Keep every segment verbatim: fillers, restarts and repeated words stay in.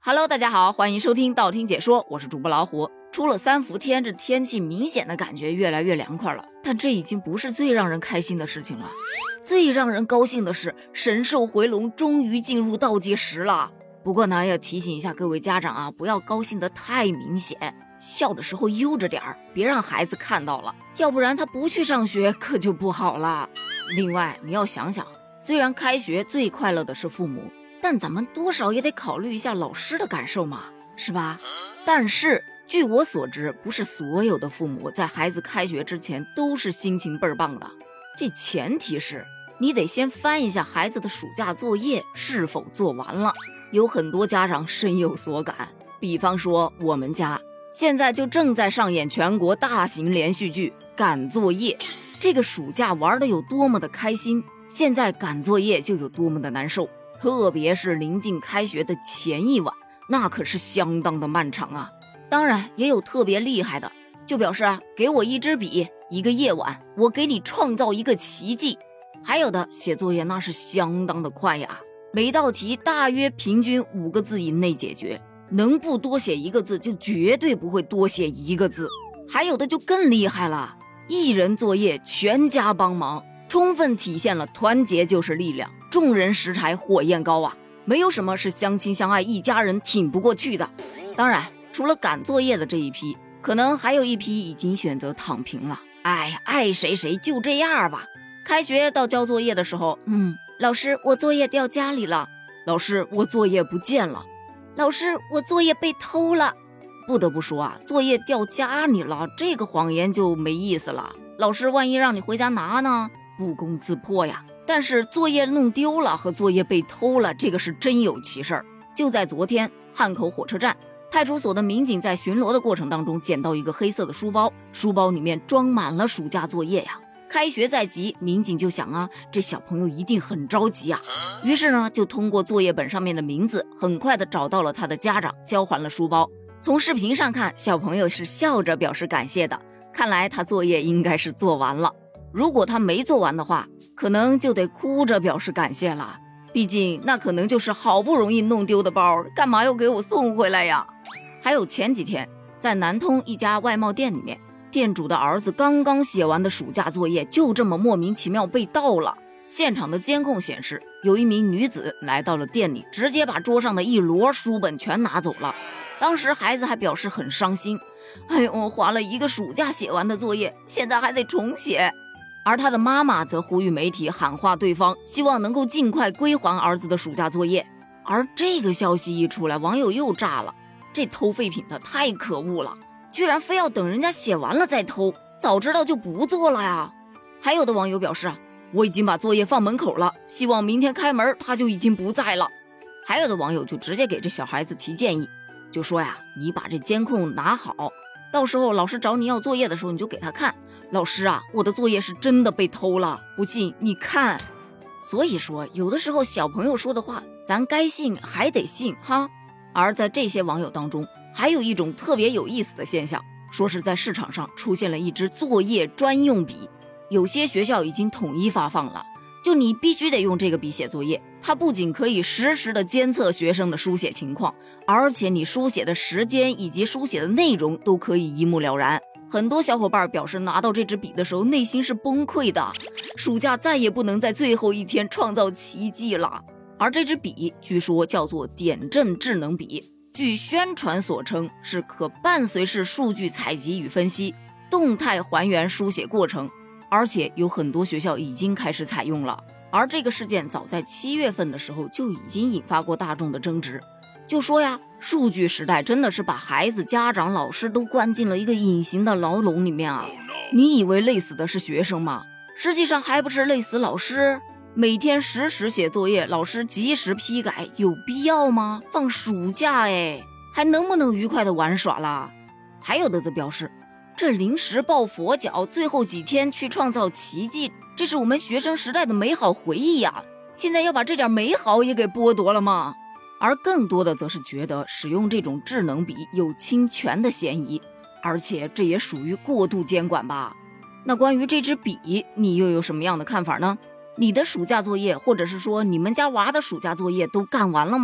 Hello， 大家好，欢迎收听道听解说，我是主播老虎。出了三伏天，这天气明显的感觉越来越凉快了，但这已经不是最让人开心的事情了。最让人高兴的是，神兽回笼终于进入倒计时了。不过呢，要提醒一下各位家长啊，不要高兴得太明显，笑的时候悠着点儿，别让孩子看到了，要不然他不去上学可就不好了。另外，你要想想，虽然开学最快乐的是父母，但咱们多少也得考虑一下老师的感受嘛，是吧？但是据我所知，不是所有的父母在孩子开学之前都是心情倍儿棒的。这前提是你得先翻一下孩子的暑假作业是否做完了。有很多家长深有所感，比方说我们家现在就正在上演全国大型连续剧《赶作业》。这个暑假玩的有多么的开心，现在赶作业就有多么的难受。特别是临近开学的前一晚，那可是相当的漫长啊。当然也有特别厉害的，就表示啊，给我一支笔，一个夜晚，我给你创造一个奇迹。还有的写作业那是相当的快呀，每道题大约平均五个字以内解决，能不多写一个字就绝对不会多写一个字。还有的就更厉害了，一人作业全家帮忙，充分体现了团结就是力量，众人拾柴火焰高啊，没有什么是相亲相爱一家人挺不过去的。当然除了赶作业的这一批，可能还有一批已经选择躺平了。哎呀，爱谁谁就这样吧。开学到交作业的时候，嗯，老师我作业掉家里了，老师我作业不见了，老师我作业被偷了。不得不说啊，作业掉家里了这个谎言就没意思了，老师万一让你回家拿呢，不攻自破呀。但是作业弄丢了和作业被偷了，这个是真有其事儿。就在昨天，汉口火车站派出所的民警在巡逻的过程当中捡到一个黑色的书包，书包里面装满了暑假作业呀。开学在即，民警就想啊，这小朋友一定很着急啊。于是呢，就通过作业本上面的名字，很快的找到了他的家长，交还了书包。从视频上看，小朋友是笑着表示感谢的，看来他作业应该是做完了。如果他没做完的话，可能就得哭着表示感谢了，毕竟那可能就是好不容易弄丢的包，干嘛要给我送回来呀？还有前几天在南通一家外贸店里面，店主的儿子刚刚写完的暑假作业就这么莫名其妙被盗了。现场的监控显示，有一名女子来到了店里，直接把桌上的一摞书本全拿走了。当时孩子还表示很伤心，哎呦，我花了一个暑假写完的作业，现在还得重写。而他的妈妈则呼吁媒体喊话对方，希望能够尽快归还儿子的暑假作业。而这个消息一出来，网友又炸了，这偷废品的太可恶了，居然非要等人家写完了再偷，早知道就不做了呀。还有的网友表示啊，我已经把作业放门口了，希望明天开门他就已经不在了。还有的网友就直接给这小孩子提建议，就说呀，你把这监控拿好，到时候老师找你要作业的时候，你就给他看，老师啊，我的作业是真的被偷了，不信你看。所以说有的时候小朋友说的话咱该信还得信哈。而在这些网友当中，还有一种特别有意思的现象，说是在市场上出现了一支作业专用笔，有些学校已经统一发放了，就你必须得用这个笔写作业。它不仅可以实时的监测学生的书写情况，而且你书写的时间以及书写的内容都可以一目了然。很多小伙伴表示拿到这支笔的时候内心是崩溃的，暑假再也不能在最后一天创造奇迹了。而这支笔据说叫做点阵智能笔，据宣传所称是可伴随式数据采集与分析，动态还原书写过程，而且有很多学校已经开始采用了。而这个事件早在七月份的时候就已经引发过大众的争执，就说呀，数据时代真的是把孩子、家长、老师都关进了一个隐形的牢笼里面啊！你以为累死的是学生吗？实际上还不是累死老师。每天实时写作业，老师及时批改，有必要吗？放暑假哎，还能不能愉快的玩耍啦？还有的则表示，这临时抱佛脚，最后几天去创造奇迹，这是我们学生时代的美好回忆呀！现在要把这点美好也给剥夺了吗？而更多的则是觉得使用这种智能笔有侵权的嫌疑，而且这也属于过度监管吧。那关于这支笔，你又有什么样的看法呢？你的暑假作业，或者是说你们家娃的暑假作业都干完了吗？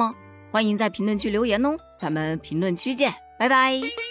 欢迎在评论区留言哦，咱们评论区见，拜拜。